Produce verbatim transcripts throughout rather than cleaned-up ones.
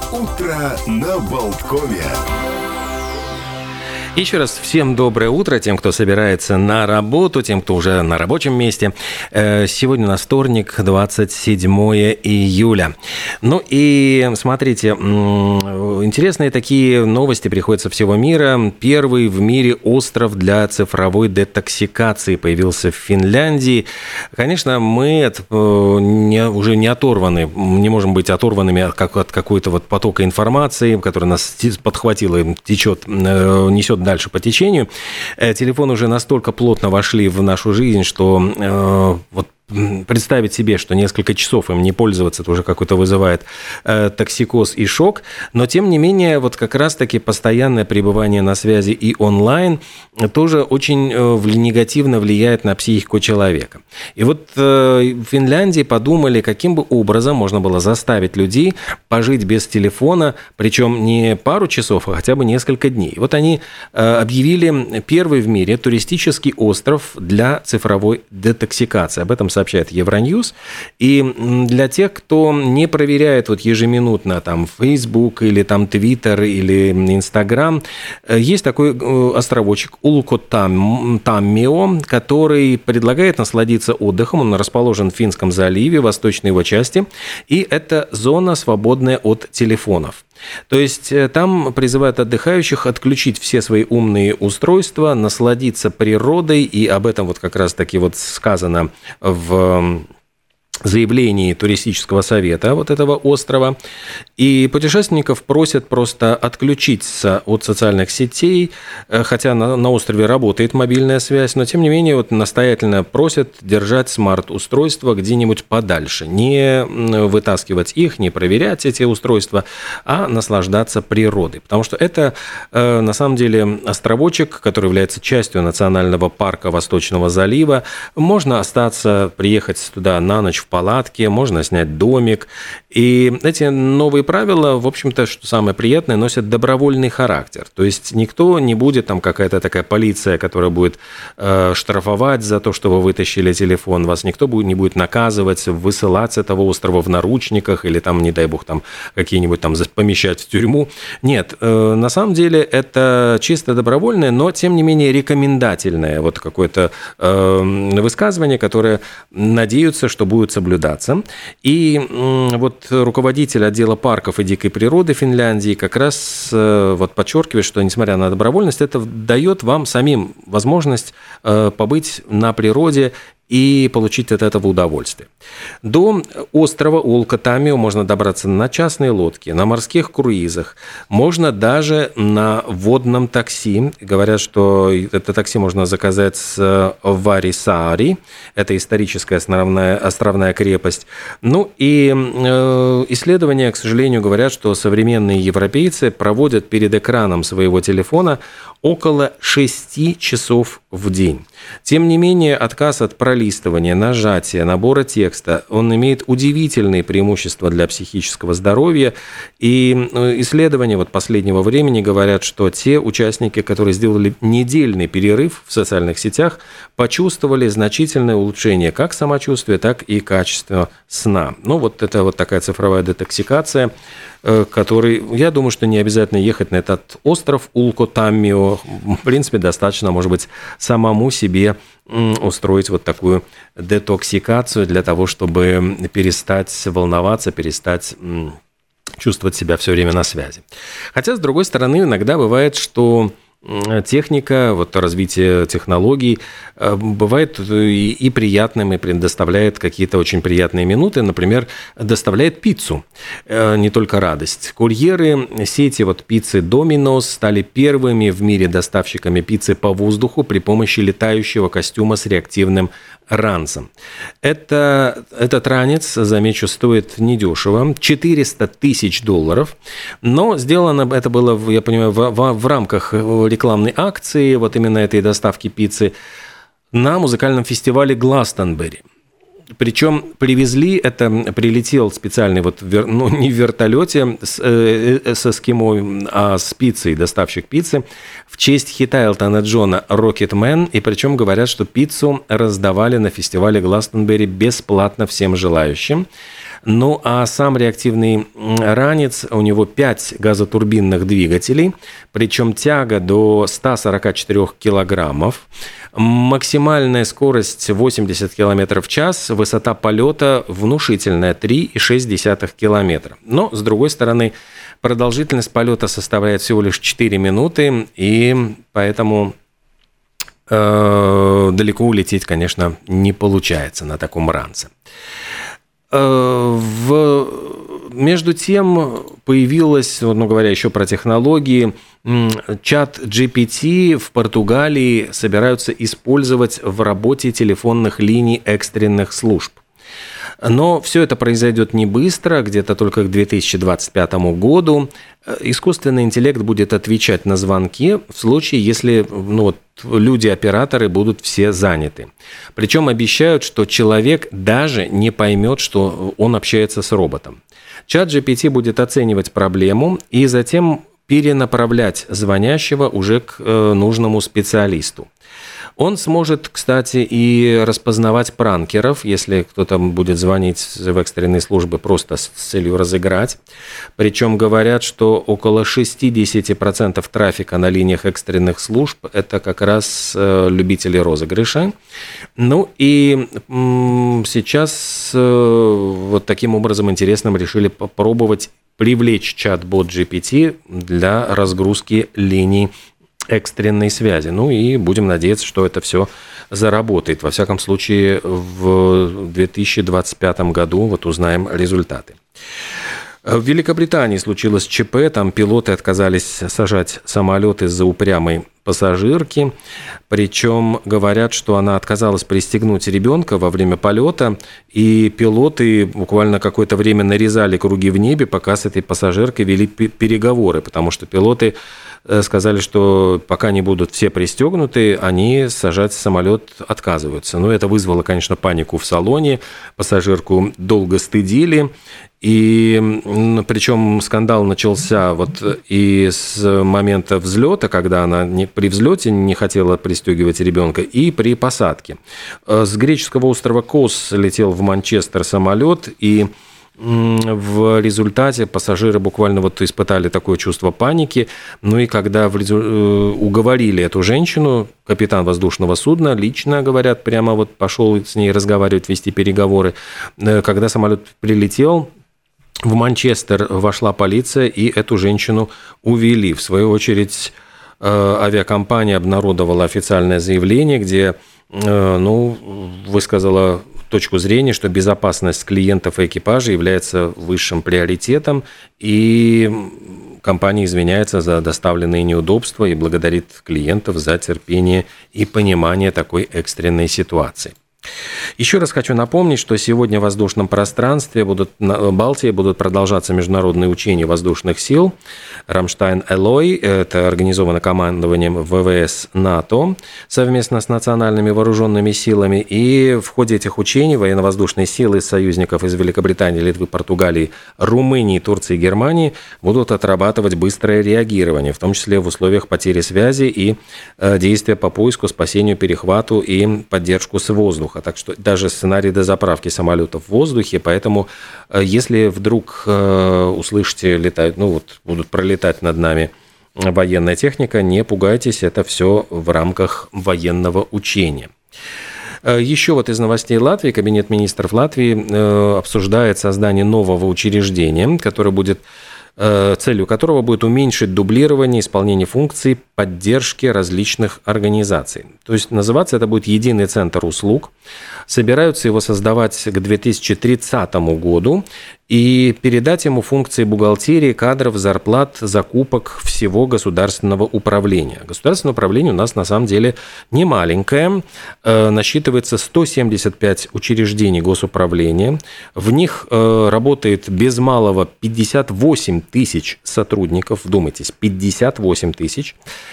Утро на Болткове. Еще раз всем доброе утро, тем, кто собирается на работу, тем, кто уже на рабочем месте. Сегодня у нас вторник, двадцать седьмое июля. Ну и смотрите, интересные такие новости приходят со всего мира. Первый в мире остров для цифровой детоксикации появился в Финляндии. Конечно, мы от, не, уже не оторваны, не можем быть оторванными от, от какой-то вот потока информации, которая нас подхватила, течет, несет дальше по течению. Телефоны уже настолько плотно вошли в нашу жизнь, что э, вот представить себе, что несколько часов им не пользоваться, это уже какой-то вызывает э, токсикоз и шок. Но, тем не менее, вот как раз-таки постоянное пребывание на связи и онлайн тоже очень э, негативно влияет на психику человека. И вот э, в Финляндии подумали, каким бы образом можно было заставить людей пожить без телефона, причем не пару часов, а хотя бы несколько дней. Вот они э, объявили первый в мире туристический остров для цифровой детоксикации. Об этом сообщает Евроньюз. И для тех, кто не проверяет вот ежеминутно там Facebook или там Twitter или Instagram, есть такой островочек Улкотаммио, который предлагает насладиться отдыхом. Он расположен в Финском заливе, в восточной его части. И это зона, свободная от телефонов. То есть там призывают отдыхающих отключить все свои умные устройства, насладиться природой, и об этом вот как раз-таки вот сказано в заявлении туристического совета вот этого острова. И путешественников просят просто отключиться от социальных сетей, хотя на, на острове работает мобильная связь, но тем не менее вот настоятельно просят держать смарт-устройства где-нибудь подальше, не вытаскивать их, не проверять эти устройства, а наслаждаться природой. Потому что это на самом деле островочек, который является частью национального парка Восточного залива. Можно остаться, приехать туда на ночь в палатке, можно снять домик. И эти новые правила, в общем-то, что самое приятное, носят добровольный характер. То есть никто не будет, там какая-то такая полиция, которая будет э, штрафовать за то, что вы вытащили телефон, вас никто будет, не будет наказывать, высылать с этого острова в наручниках или там, не дай бог, там какие-нибудь там помещать в тюрьму. Нет, э, на самом деле это чисто добровольное, но тем не менее рекомендательное вот какое-то э, высказывание, которое надеются, что будет соблюдаться. И вот руководитель отдела парков и дикой природы Финляндии как раз вот подчеркивает, что несмотря на добровольность, это дает вам самим возможность побыть на природе и получить от этого удовольствие. До острова Улкотаммио можно добраться на частной лодке, на морских круизах, можно даже на водном такси. Говорят, что это такси можно заказать с Варисаари, это историческая островная, островная крепость. Ну и э, исследования, к сожалению, говорят, что современные европейцы проводят перед экраном своего телефона около шести часов в день. Тем не менее, отказ от пролистывания, нажатия, набора текста, он имеет удивительные преимущества для психического здоровья. И исследования вот последнего времени говорят, что те участники, которые сделали недельный перерыв в социальных сетях, почувствовали значительное улучшение как самочувствия, так и качества сна. Ну, вот это вот такая цифровая детоксикация, который, я думаю, что не обязательно ехать на этот остров Улкотаммио. В принципе, достаточно, может быть, самому себе устроить вот такую детоксикацию для того, чтобы перестать волноваться, перестать чувствовать себя все время на связи. Хотя, с другой стороны, иногда бывает, что техника, вот развитие технологий бывает и, и приятным, и предоставляет какие-то очень приятные минуты. Например, доставляет пиццу, не только радость. Курьеры сети вот пиццы Domino's стали первыми в мире доставщиками пиццы по воздуху при помощи летающего костюма с реактивным ранцем. Это, этот ранец, замечу, стоит недешево, четыреста тысяч долларов, но сделано это было, я понимаю, в, в, в рамках рекламной акции, вот именно этой доставки пиццы, на музыкальном фестивале Гластонберри. Причем привезли, это прилетел специальный, вот, ну, не в вертолете с, э, с эскимо, а с пиццей, доставщик пиццы, в честь хита Элтона Джона «Rocketman», и причем говорят, что пиццу раздавали на фестивале Гластонберри бесплатно всем желающим. Ну, а сам реактивный ранец, у него пять газотурбинных двигателей, причем тяга до ста сорока четырёх килограммов, максимальная скорость восемьдесят километров в час, высота полета внушительная три и шесть десятых километра. Но, с другой стороны, продолжительность полета составляет всего лишь четыре минуты, и поэтому э, далеко улететь, конечно, не получается на таком ранце. В... Между тем появилось, ну говоря еще про технологии, чат джи пи ти в Португалии собираются использовать в работе телефонных линий экстренных служб. Но все это произойдет не быстро, где-то только к две тысячи двадцать пятому году. Искусственный интеллект будет отвечать на звонки в случае, если ну, вот, люди-операторы будут все заняты. Причем обещают, что человек даже не поймет, что он общается с роботом. Чат джи пи ти будет оценивать проблему и затем перенаправлять звонящего уже к нужному специалисту. Он сможет, кстати, и распознавать пранкеров, если кто-то будет звонить в экстренные службы просто с целью разыграть. Причем говорят, что около шестьдесят процентов трафика на линиях экстренных служб – это как раз любители розыгрыша. Ну и сейчас вот таким образом интересным решили попробовать привлечь чат-бот джи пи ти для разгрузки линий экстренной связи. Ну и будем надеяться, что это все заработает. Во всяком случае, в две тысячи двадцать пятом году вот узнаем результаты. В Великобритании случилось ЧП, там пилоты отказались сажать самолет из-за упрямой пассажирки, причем говорят, что она отказалась пристегнуть ребенка во время полета, и пилоты буквально какое-то время нарезали круги в небе, пока с этой пассажиркой вели переговоры, потому что пилоты сказали, что пока не будут все пристегнуты, они сажать самолет отказываются. Но это вызвало, конечно, панику в салоне, пассажирку долго стыдили, и причем скандал начался вот и с момента взлета, когда она не, при взлете не хотела пристегивать ребенка, и при посадке. С греческого острова Кос летел в Манчестер самолет, и в результате пассажиры буквально вот испытали такое чувство паники. Ну и когда уговорили эту женщину, капитан воздушного судна, лично, говорят, прямо вот пошел с ней разговаривать, вести переговоры. Когда самолет прилетел, в Манчестер вошла полиция, и эту женщину увели. В свою очередь, авиакомпания обнародовала официальное заявление, где ну, высказала точку зрения, что безопасность клиентов и экипажа является высшим приоритетом, и компания извиняется за доставленные неудобства и благодарит клиентов за терпение и понимание такой экстренной ситуации. Еще раз хочу напомнить, что сегодня в воздушном пространстве будут, на Балтии будут продолжаться международные учения воздушных сил. Рамштайн-Элой, это организовано командованием ВВС НАТО совместно с национальными вооруженными силами. И в ходе этих учений военно-воздушные силы союзников из Великобритании, Литвы, Португалии, Румынии, Турции и Германии будут отрабатывать быстрое реагирование, в том числе в условиях потери связи и действия по поиску, спасению, перехвату и поддержку с воздуха. Так что даже сценарий дозаправки самолетов в воздухе, поэтому если вдруг услышите, летают, ну вот будут пролетать над нами военная техника, не пугайтесь, это все в рамках военного учения. Еще вот из новостей Латвии, Кабинет министров Латвии обсуждает создание нового учреждения, которое будет целью которого будет уменьшить дублирование исполнения функций поддержки различных организаций. То есть называться это будет Единый центр услуг. Собираются его создавать к две тысячи тридцатому году и передать ему функции бухгалтерии, кадров, зарплат, закупок всего государственного управления. Государственное управление у нас на самом деле не маленькое. Насчитывается сто семьдесят пять учреждений госуправления. В них работает без малого пятьдесят восемь тысяч сотрудников. Вдумайтесь, пятьдесят восемь тысяч.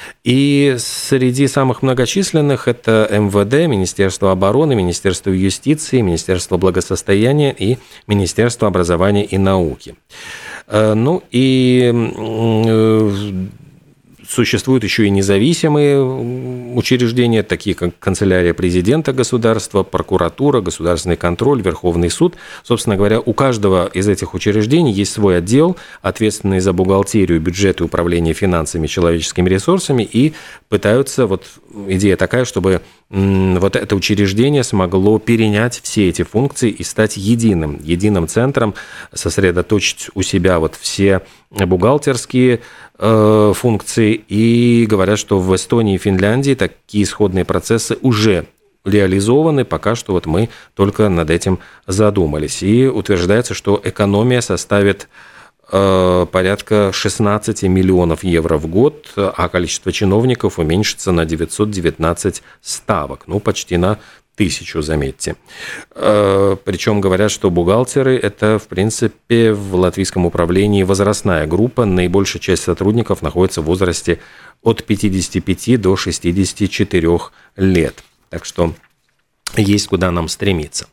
И среди самых многочисленных это эм вэ дэ, Министерство обороны, Министерство юстиции, Министерство благосостояния и Министерство образования и науки. Ну и существуют еще и независимые учреждения, такие как канцелярия президента государства, прокуратура, государственный контроль, Верховный суд. Собственно говоря, у каждого из этих учреждений есть свой отдел, ответственный за бухгалтерию, бюджет и управление финансами, человеческими ресурсами, и пытаются, вот идея такая, чтобы вот это учреждение смогло перенять все эти функции и стать единым, единым центром, сосредоточить у себя вот все бухгалтерские э, функции. И говорят, что в Эстонии и Финляндии такие сходные процессы уже реализованы, пока что вот мы только над этим задумались. И утверждается, что экономия составит э, порядка шестнадцать миллионов евро в год, а количество чиновников уменьшится на девятьсот девятнадцать ставок, ну почти на тысячу, заметьте. Причем говорят, что бухгалтеры – это, в принципе, в латвийском управлении возрастная группа. Наибольшая часть сотрудников находится в возрасте от пятидесяти пяти до шестидесяти четырёх лет. Так что есть куда нам стремиться.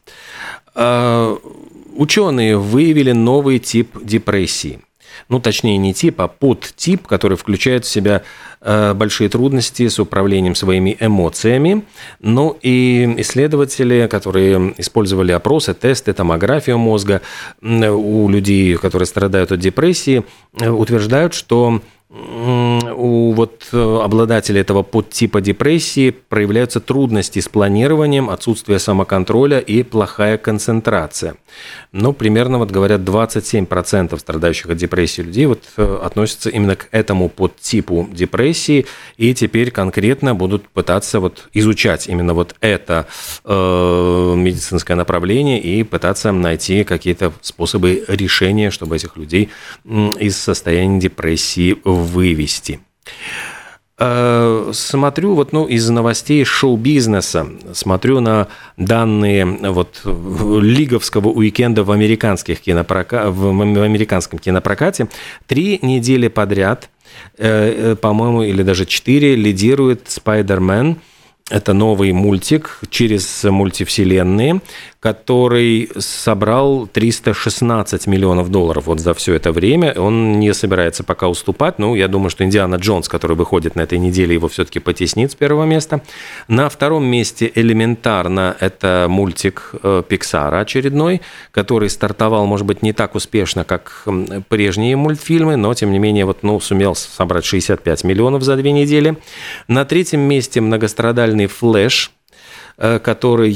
Ученые выявили новый тип депрессии. Ну, точнее, не тип, а подтип, который включает в себя э, большие трудности с управлением своими эмоциями. Ну, и исследователи, которые использовали опросы, тесты, томографию мозга у людей, которые страдают от депрессии, утверждают, что у вот обладателей этого подтипа депрессии проявляются трудности с планированием, отсутствие самоконтроля и плохая концентрация. Ну, примерно, вот говорят, двадцать семь процентов страдающих от депрессии людей вот относятся именно к этому подтипу депрессии, и теперь конкретно будут пытаться вот изучать именно вот это э, медицинское направление и пытаться найти какие-то способы решения, чтобы этих людей из состояния депрессии вывести. Смотрю вот, ну, из новостей шоу-бизнеса, смотрю на данные вот лиговского уикенда в, американских кинопрока... в американском кинопрокате. Три недели подряд, по-моему, или даже четыре, лидирует «Спайдермен». Это новый мультик через мультивселенные, который собрал триста шестнадцать миллионов долларов вот за все это время. Он не собирается пока уступать. Ну, я думаю, что «Индиана Джонс», который выходит на этой неделе, его все-таки потеснит с первого места. На втором месте элементарно это мультик Pixar очередной, который стартовал, может быть, не так успешно, как прежние мультфильмы, но, тем не менее, вот, ну, сумел собрать шестьдесят пять миллионов за две недели. На третьем месте многострадальный «Флэш», который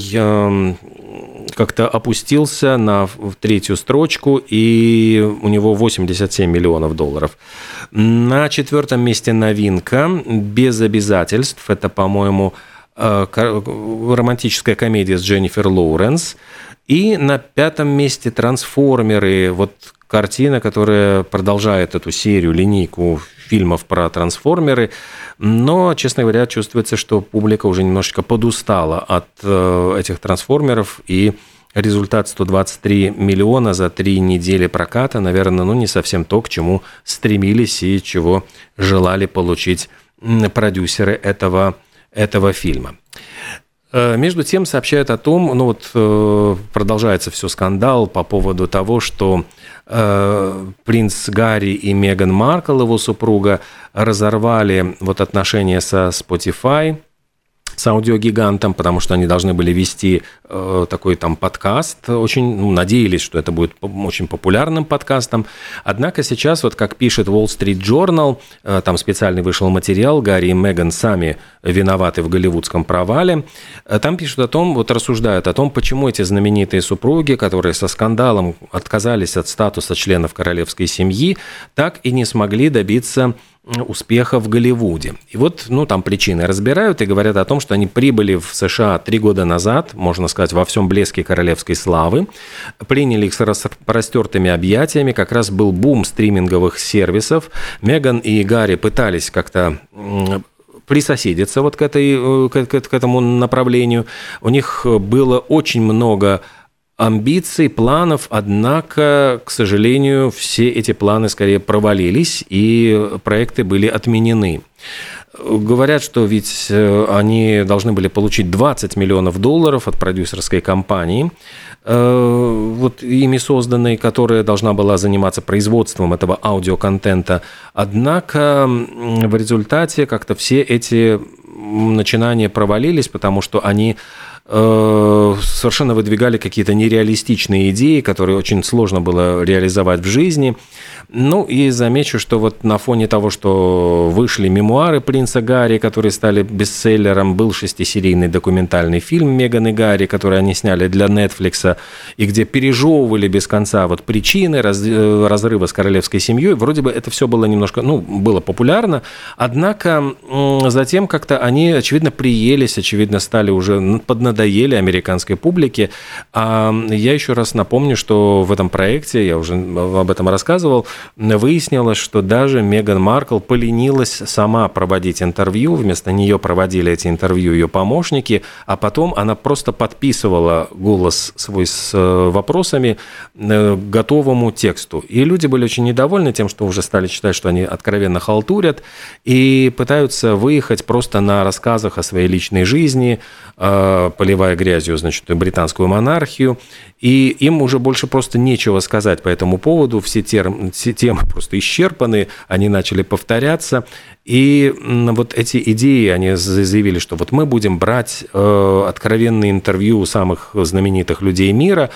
как-то опустился на третью строчку, и у него восемьдесят семь миллионов долларов. На четвертом месте новинка «Без обязательств». Это, по-моему, романтическая комедия с Дженнифер Лоуренс. И на пятом месте «Трансформеры». Вот картина, которая продолжает эту серию, линейку фильмов про трансформеры, но, честно говоря, чувствуется, что публика уже немножечко подустала от э, этих трансформеров, и результат сто двадцать три миллиона за три недели проката, наверное, ну, не совсем то, к чему стремились и чего желали получить продюсеры этого, этого фильма. Между тем сообщают о том, ну вот продолжается все скандал по поводу того, что э, принц Гарри и Меган Маркл, его супруга, разорвали вот отношения со Spotify, с аудиогигантом, потому что они должны были вести э, такой там подкаст. Очень ну, надеялись, что это будет очень популярным подкастом. Однако сейчас, вот как пишет Wall Street Journal, э, там специальный вышел материал, Гарри и Меган сами виноваты в голливудском провале. Э, там пишут о том, вот рассуждают о том, почему эти знаменитые супруги, которые со скандалом отказались от статуса членов королевской семьи, так и не смогли добиться успеха в Голливуде. И вот, ну, там причины разбирают и говорят о том, что они прибыли в США три года назад, можно сказать, во всем блеске королевской славы, приняли их с распростертыми объятиями, как раз был бум стриминговых сервисов. Меган и Гарри пытались как-то присоседиться вот к, этой, к, к этому направлению. У них было очень много амбиций, планов, однако, к сожалению, все эти планы скорее провалились, и проекты были отменены. Говорят, что ведь они должны были получить двадцать миллионов долларов от продюсерской компании, вот ими созданной, которая должна была заниматься производством этого аудиоконтента. Однако в результате как-то все эти начинания провалились, потому что они совершенно выдвигали какие-то нереалистичные идеи, которые очень сложно было реализовать в жизни. Ну и замечу, что вот на фоне того, что вышли мемуары принца Гарри, которые стали бестселлером, был шестисерийный документальный фильм «Меган и Гарри», который они сняли для Netflix, и где пережевывали без конца вот причины раз, разрыва с королевской семьей. Вроде бы это все было немножко, ну, было популярно, однако затем как-то они, очевидно, приелись, очевидно, стали уже поднадоели американской публике. А я еще раз напомню, что в этом проекте, я уже об этом рассказывал, выяснилось, что даже Меган Маркл поленилась сама проводить интервью, вместо нее проводили эти интервью ее помощники, а потом она просто подписывала голос свой с вопросами к готовому тексту. И люди были очень недовольны тем, что уже стали считать, что они откровенно халтурят и пытаются выехать просто на рассказах о своей личной жизни, поливая грязью, значит, британскую монархию, и им уже больше просто нечего сказать по этому поводу, все, терм, все темы просто исчерпаны, они начали повторяться, и вот эти идеи, они заявили, что вот мы будем брать э, откровенные интервью у самых знаменитых людей мира.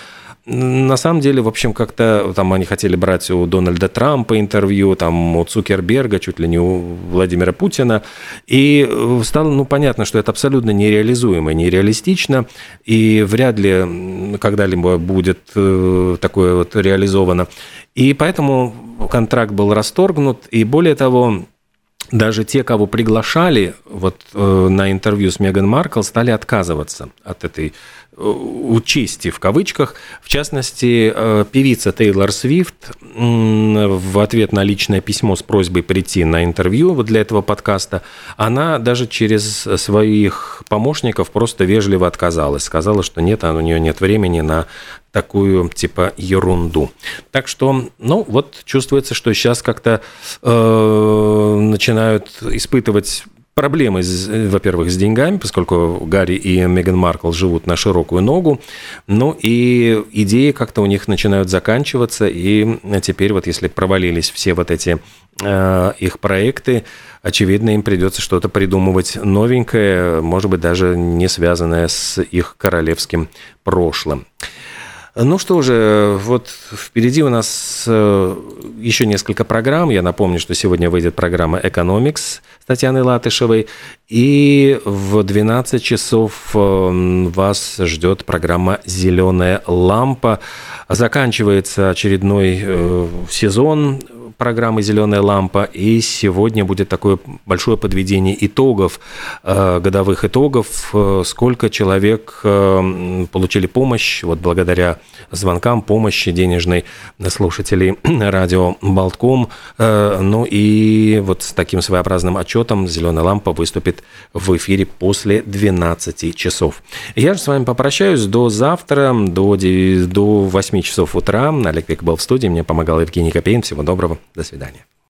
На самом деле, в общем, как-то там они хотели брать у Дональда Трампа интервью, там у Цукерберга, чуть ли не у Владимира Путина, и стало, ну, понятно, что это абсолютно нереализуемо, нереалистично, и вряд ли когда-либо будет такое вот реализовано. И поэтому контракт был расторгнут, и более того, даже те, кого приглашали вот, э, на интервью с Меган Маркл, стали отказываться от этой э, чести, в кавычках. В частности, э, певица Тейлор Свифт э, в ответ на личное письмо с просьбой прийти на интервью вот для этого подкаста, она даже через своих помощников просто вежливо отказалась. Сказала, что нет, у нее нет времени на такую, типа, ерунду. Так что, ну, вот чувствуется, что сейчас как-то э, начинают испытывать проблемы, во-первых, с деньгами, поскольку Гарри и Меган Маркл живут на широкую ногу, ну и идеи как-то у них начинают заканчиваться, и теперь вот если провалились все вот эти э, их проекты, очевидно, им придется что-то придумывать новенькое, может быть, даже не связанное с их королевским прошлым. Ну что же, вот впереди у нас еще несколько программ. Я напомню, что сегодня выйдет программа «Экономикс» с Татьяной Латышевой. И в двенадцать часов вас ждет программа «Зеленая лампа». Заканчивается очередной сезон программы «Зеленая лампа», и сегодня будет такое большое подведение итогов, годовых итогов, сколько человек получили помощь, вот благодаря звонкам, помощи денежной слушателей радио Болтком. Ну и вот с таким своеобразным отчетом «Зеленая лампа» выступит в эфире после двенадцати часов. Я же с вами попрощаюсь до завтра, до, до восьми часов утра. Олег Век был в студии, мне помогал Евгений Копейн. Всего доброго. До свидания.